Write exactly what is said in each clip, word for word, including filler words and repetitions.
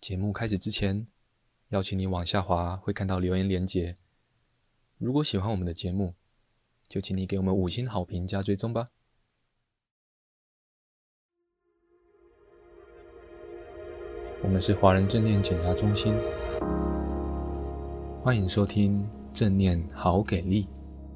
节目开始之前，邀请你往下滑，会看到留言连结。如果喜欢我们的节目，就请你给我们五星好评加追踪吧。我们是华人正念减压中心，欢迎收听正念好给力。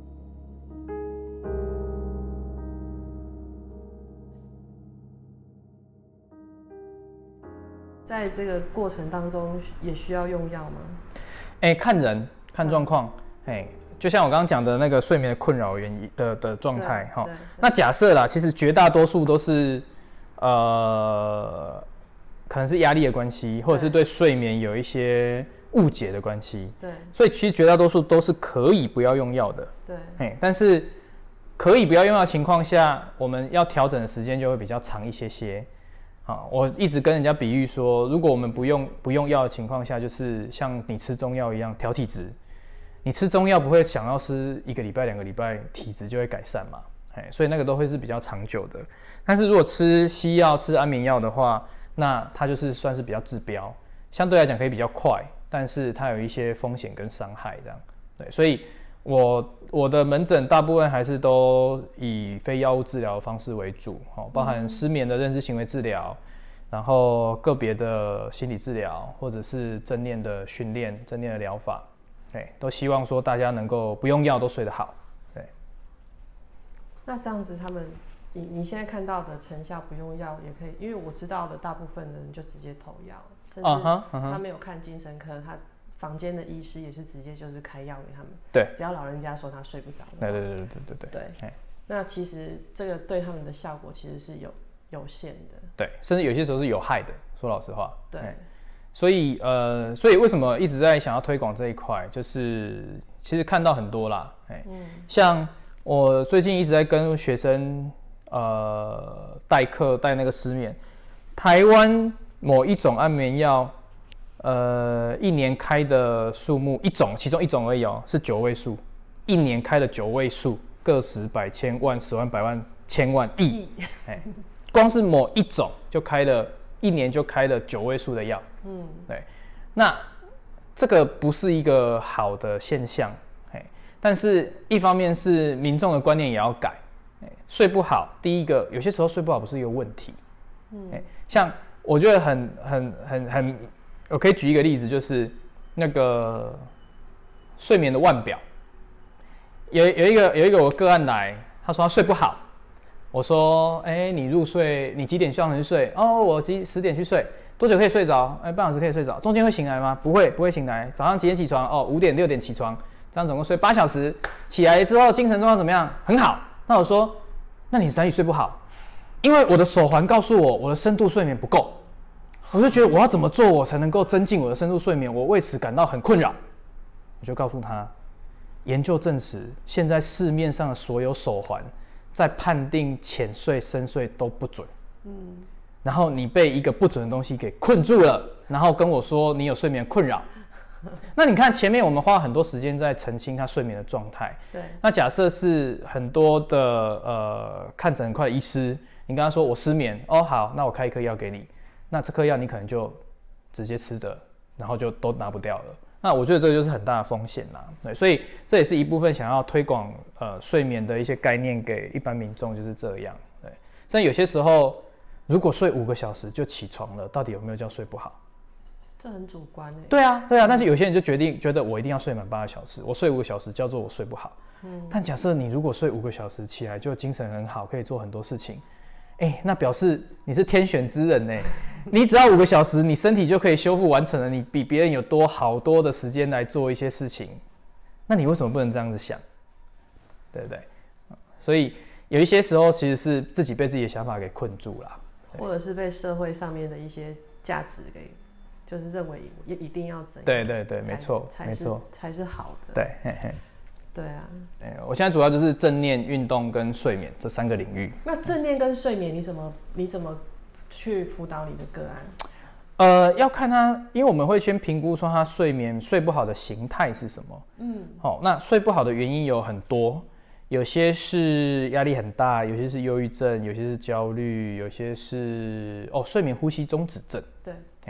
在这个过程当中也需要用药吗？ 哎、欸，看人看状况，哎、欸，就像我刚刚讲的那个睡眠的困扰原因的的状态哈。那假设啦，其实绝大多数都是呃，可能是压力的关系，或者是对睡眠有一些误解的关系。对，所以其实绝大多数都是可以不要用药的。对，哎、欸，但是可以不要用药的情况下，我们要调整的时间就会比较长一些些。啊，我一直跟人家比喻说，如果我们不用不用药的情况下，就是像你吃中药一样调体质。你吃中药不会想要吃一个礼拜、两个礼拜，体质就会改善嘛？哎，所以那个都会是比较长久的。但是如果吃西药、吃安眠药的话，那它就是算是比较治标，相对来讲可以比较快，但是它有一些风险跟伤害这样。对，所以我我的门诊大部分还是都以非药物治疗的方式为主，包含失眠的认知行为治疗，然后个别的心理治疗，或者是正念的训练、正念的疗法，对，都希望说大家能够不用药都睡得好。对。 那这样子，他们你你现在看到的成效不用药也可以，因为我知道的大部分的人就直接投药，甚至他没有看精神科，他房间的医师也是直接就是开药给他们。对，只要老人家说他睡不着。 对对对对对对对。对，那其实这个对他们的效果其实是有有限的。对， 甚至有些时候是有害的。说老实话。对。所以呃，所以为什么一直在想要推广这一块，就是其实看到很多啦。嗯。像我最近一直在跟学生呃代课带那个失眠，台湾某一种安眠药。呃，一年开的数目一种，其中一种而已哦，是九位数，一年开的九位数，个十百千万十万百万千万亿，哎，光是某一种就开了，一年就开了九位数的药，嗯，对，那这个不是一个好的现象，哎，但是一方面是民众的观念也要改，哎，睡不好，第一个有些时候睡不好不是一个问题，嗯，哎，像我觉得很很很很。我可以举一个例子，就是那个睡眠的腕表，有有一个有一个我个案来，他说他睡不好，我说，哎、欸，你入睡，你几点上床去睡？哦，我几十点去睡，多久可以睡着？哎、欸，半小时可以睡着，中间会醒来吗？不会，不会醒来。早上几点起床？哦，五点六点起床，这样总共睡八小时。起来之后精神状况怎么样？很好。那我说，那你哪里睡不好？因为我的手环告诉我，我的深度睡眠不够。我就觉得我要怎么做我才能够增进我的深度睡眠，我为此感到很困扰。我就告诉他，研究证实，现在市面上的所有手环在判定浅睡深睡都不准。嗯，然后你被一个不准的东西给困住了，然后跟我说你有睡眠困扰。那你看前面我们花很多时间在澄清他睡眠的状态。对。那假设是很多的呃看诊很快的医师，你跟他说我失眠，哦好，那我开一颗药给你。那这颗药你可能就直接吃的，然后就都拿不掉了。那我觉得这就是很大的风险啦。对，所以这也是一部分想要推广呃睡眠的一些概念给一般民众，就是这样。对，但有些时候如果睡五个小时就起床了，到底有没有叫睡不好？ 这很主观欸。 对啊，对啊。但是有些人就决定觉得我一定要睡满八个小时，我睡五个小时叫做我睡不好。嗯。但假设你如果睡五个小时起来就精神很好，可以做很多事情。哎、欸，那表示你是天选之人呢。你只要五个小时，你身体就可以修复完成了，你比别人有多好多的时间来做一些事情。那你为什么不能这样子想？对不对？所以有一些时候其实是自己被自己的想法给困住了， 或者是被社会上面的一些价值给，就是认为也一定要怎样。 对对对，没错， 没错，才是好的。 对，嘿嘿。 对啊， 我现在主要就是正念、运动跟睡眠这三个领域。 那正念跟睡眠，你怎么你怎么去辅导你的个案？ 呃，要看他，因为我们会先评估说他睡眠睡不好的形态是什么。嗯，好、哦，那睡不好的原因有很多，有些是压力很大，有些是忧郁症，有些是焦虑，有些是哦睡眠呼吸中止症。对，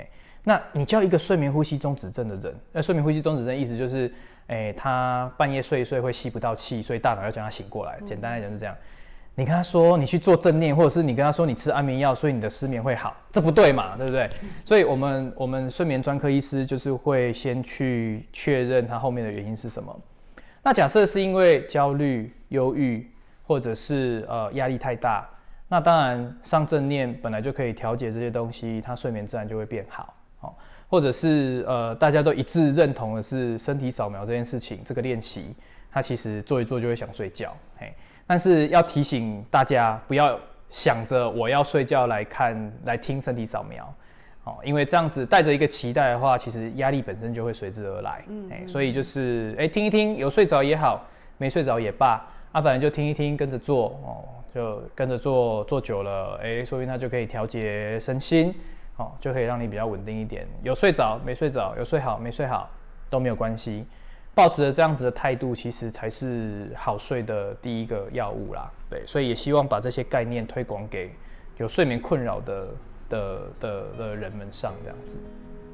那你叫一个睡眠呼吸中止症的人，那睡眠呼吸中止症意思就是，哎，他半夜睡一睡会吸不到气，所以大脑要叫他醒过来。简单来讲是这样。你跟他说你去做正念，或者是你跟他说你吃安眠药，所以你的失眠会好，这不对嘛，对不对？所以我们我们睡眠专科医师就是会先去确认他后面的原因是什么。那假设是因为焦虑、忧郁，或者是呃压力太大，那当然上正念本来就可以调节这些东西，他睡眠自然就会变好。哦，或者是呃大家都一致认同的是身体扫描这件事情，这个练习，他其实做一做就会想睡觉，嘿。但是要提醒大家，不要想着我要睡觉来看、来听身体扫描，哦，因为这样子带着一个期待的话，其实压力本身就会随之而来。嗯，欸、所以就是哎、欸、听一听，有睡着也好，没睡着也罢，啊，反正就听一听，跟着做哦，就跟着做，做久了，哎、欸，说不定它就可以调节身心，哦，就可以让你比较稳定一点。有睡着没睡着，有睡好没睡好都没有关系。抱持着这样子的态度，其实才是好睡的第一个药物啦。对，所以也希望把这些概念推广给有睡眠困扰的的的的人们上，这样子。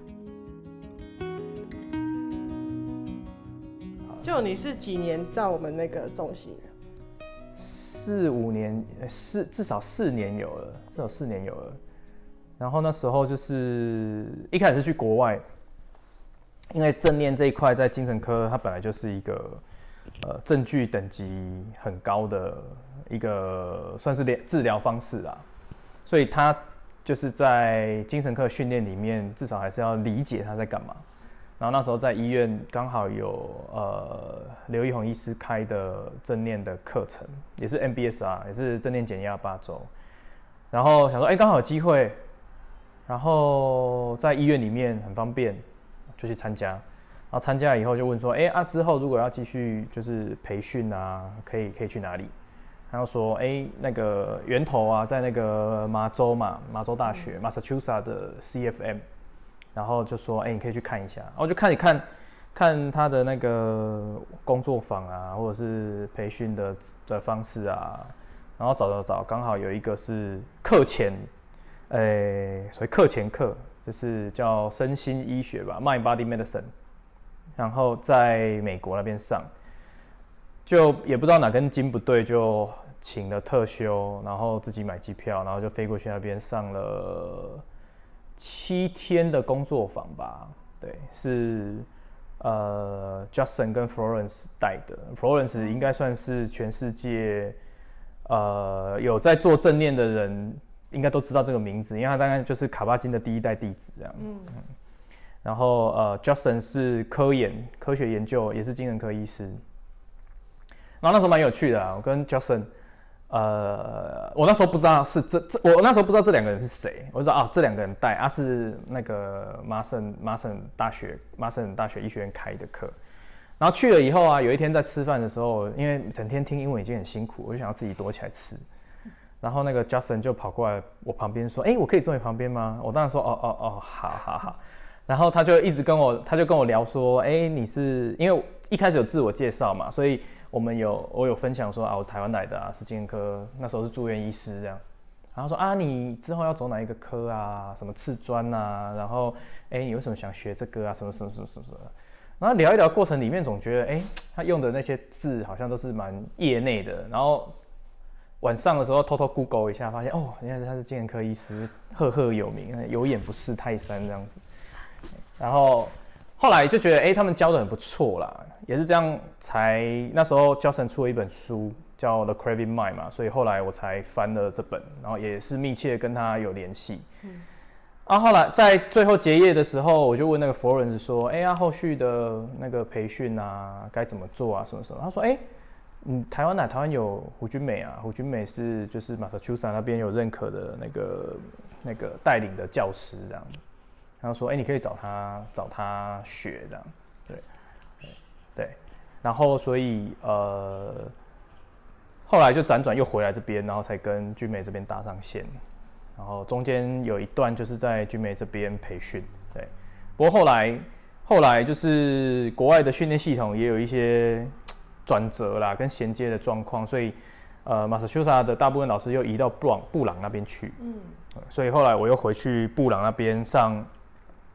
就你是几年在我们那个中心？ 四五年，四至少四年有了，至少四年有了。然后那时候就是一开始是去国外。因为正念这一块在精神科，它本来就是一个呃证据等级很高的一个算是治疗方式啦，所以它就是在精神科训练里面，至少还是要理解它在干嘛。然后那时候在医院刚好有呃刘一宏医师开的正念的课程，也是 M B S R， 也是正念减压八周。然后想说，哎，刚好有机会，然后在医院里面很方便。就去参加，然后参加以后就问说，哎啊，之后如果要继续就是培训啊，可以可以去哪里？然后说，哎，那个源头啊，在那个麻州嘛，麻州大学 Massachusetts 的 C F M， 然后就说，哎，你可以去看一下。然后就看一看，看他的那个工作坊啊，或者是培训的的方式啊，然后找找找，刚好有一个是课前，哎，所谓课前课。就是叫身心医学吧 ，Mind Body Medicine， 然后在美国那边上，就也不知道哪根筋不对，就请了特休，然后自己买机票，然后就飞过去那边上了七天的工作坊吧。对，是呃 Justin 跟 Florence 带的 ，Florence 应该算是全世界呃有在做正念的人。应该都知道这个名字，因为他大概就是卡巴金的第一代弟子这样。嗯嗯、然后呃 ，Justin 是科研、科学研究，也是精神科医师。然后那时候蛮有趣的啊，我跟 Justin， 呃，我那时候不知道是这这，我那时候不知道这两个人是谁，我就说啊，这两个人带啊是那个麻省麻省大学麻省大学医学院开的课。然后去了以后啊，有一天在吃饭的时候，因为整天听英文已经很辛苦，我就想要自己躲起来吃。然后那个 Justin 就跑过来我旁边说：“哎、欸，我可以坐你旁边吗？”我当然说：“哦哦哦，好好好。”然后他就一直跟我，他就跟我聊说：“哎、欸，你是因为一开始有自我介绍嘛，所以我们有我有分享说啊，我台湾来的啊，是精神科，那时候是住院医师这样。然后说啊，你之后要走哪一个科啊？什么次专啊？然后哎、欸，你为什么想学这个啊？什么什么什么什么什么？然后聊一聊过程里面，总觉得哎、欸，他用的那些字好像都是蛮业内的，然后。”晚上的时候偷偷 Google 一下，发现哦，原来他是精神科医师，赫赫有名，有眼不识泰山这样子。然后后来就觉得，哎、欸，他们教的很不错啦，也是这样才那时候 Justin 出了一本书叫《The Craving Mind》嘛，所以后来我才翻了这本，然后也是密切跟他有联系。嗯。啊，后来在最后结业的时候，我就问那个 Florence 说，哎、欸、呀、啊，后续的那个培训啊，该怎么做啊，什么什么？他说，哎、欸。嗯，台湾哪？台湾有胡君美啊，胡君美是就是 Massachusetts 那边有认可的那个那个带领的教师这样，然后说，哎、欸，你可以找他找他学这样，对，对，对，然后所以呃，后来就辗转又回来这边，然后才跟君美这边搭上线，然后中间有一段就是在君美这边培训，对，不过后来后来就是国外的训练系统也有一些。转折啦，跟衔接的状况，所以呃，马萨诸塞的大部分老师又移到布朗布朗那边去，嗯，所以后来我又回去布朗那边上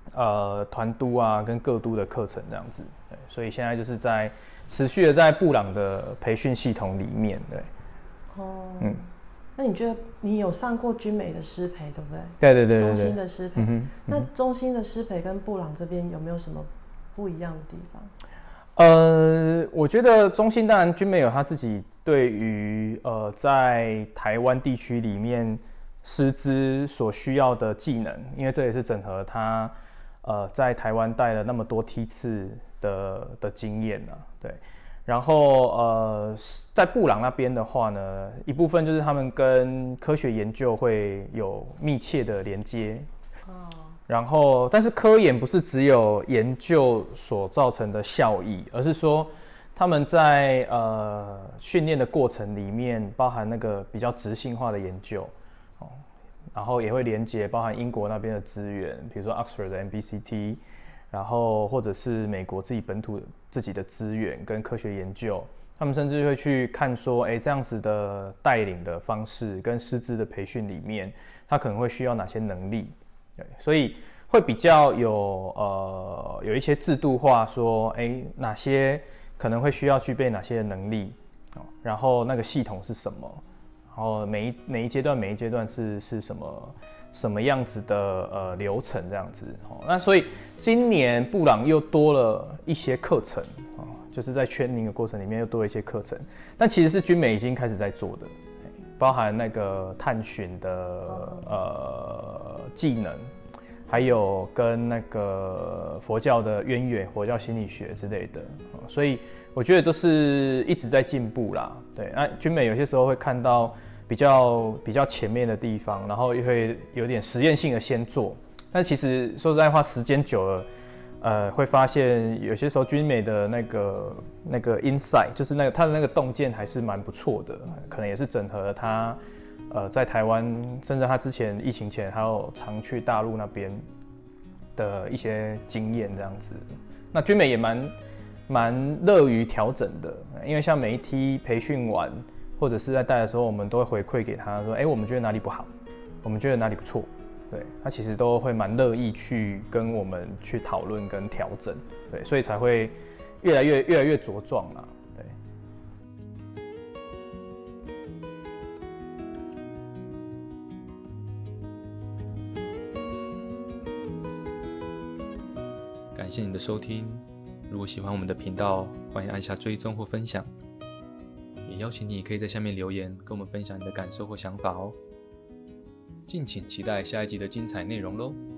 呃团督啊跟各督的课程这样子，对，所以现在就是在持续的在布朗的培训系统里面，对。 哦，嗯，那你觉得你有上过军美的师培，对不对？ 对对 对, 对, 对， 中心的师培、嗯嗯，那中心的师培跟布朗这边有没有什么不一样的地方？ 呃，我觉得中心当然军美有他自己对于呃在台湾地区里面师资所需要的技能，因为这也是整合他呃在台湾带了那么多梯次的的经验啊，对。然后呃，在布朗那边的话呢，一部分就是他们跟科学研究会有密切的连接。哦。然后，但是科研不是只有研究所造成的效益，而是说他们在呃训练的过程里面，包含那个比较质性化的研究，哦，然后也会连接包含英国那边的资源，比如说 Oxford 的 M B C T。然后或者是美国自己本土自己的资源跟科学研究，他们甚至会去看说，哎，这样子的带领的方式跟师资的培训里面，他可能会需要哪些能力？对，所以会比较有呃有一些制度化说，哎，哪些可能会需要具备哪些能力，然后那个系统是什么？然后每一每一阶段每一阶段是是什么？什么样子的呃流程这样子，哦，那所以今年布朗又多了一些课程，哦，就是在training的过程里面又多了一些课程，但其实是军美已经开始在做的，包含那个探寻的呃技能，还有跟那个佛教的渊源、佛教心理学之类的，哦，所以我觉得都是一直在进步啦，对，那军美有些时候会看到。比较比较前面的地方，然后又会有点实验性的先做，但其实说实在话，时间久了，呃，会发现有些时候军美的那个那个 insight， 就是那个它的那个洞见还是蛮不错的，可能也是整合了它，呃，在台湾，甚至他之前疫情前还有常去大陆那边的一些经验这样子。那军美也蛮蛮乐于调整的，因为像每一梯培训完。或者是在带的时候，我们都会回馈给他说：“哎、欸，我们觉得哪里不好，我们觉得哪里不错。”对，他其实都会蛮乐意去跟我们去讨论跟调整，对，所以才会越来越越来越茁壮啦。对。 感谢你的收听，如果喜欢我们的频道，欢迎按下追踪或分享。也邀请你可以在下面留言，跟我们分享你的感受或想法哦。敬请期待下一集的精彩内容咯。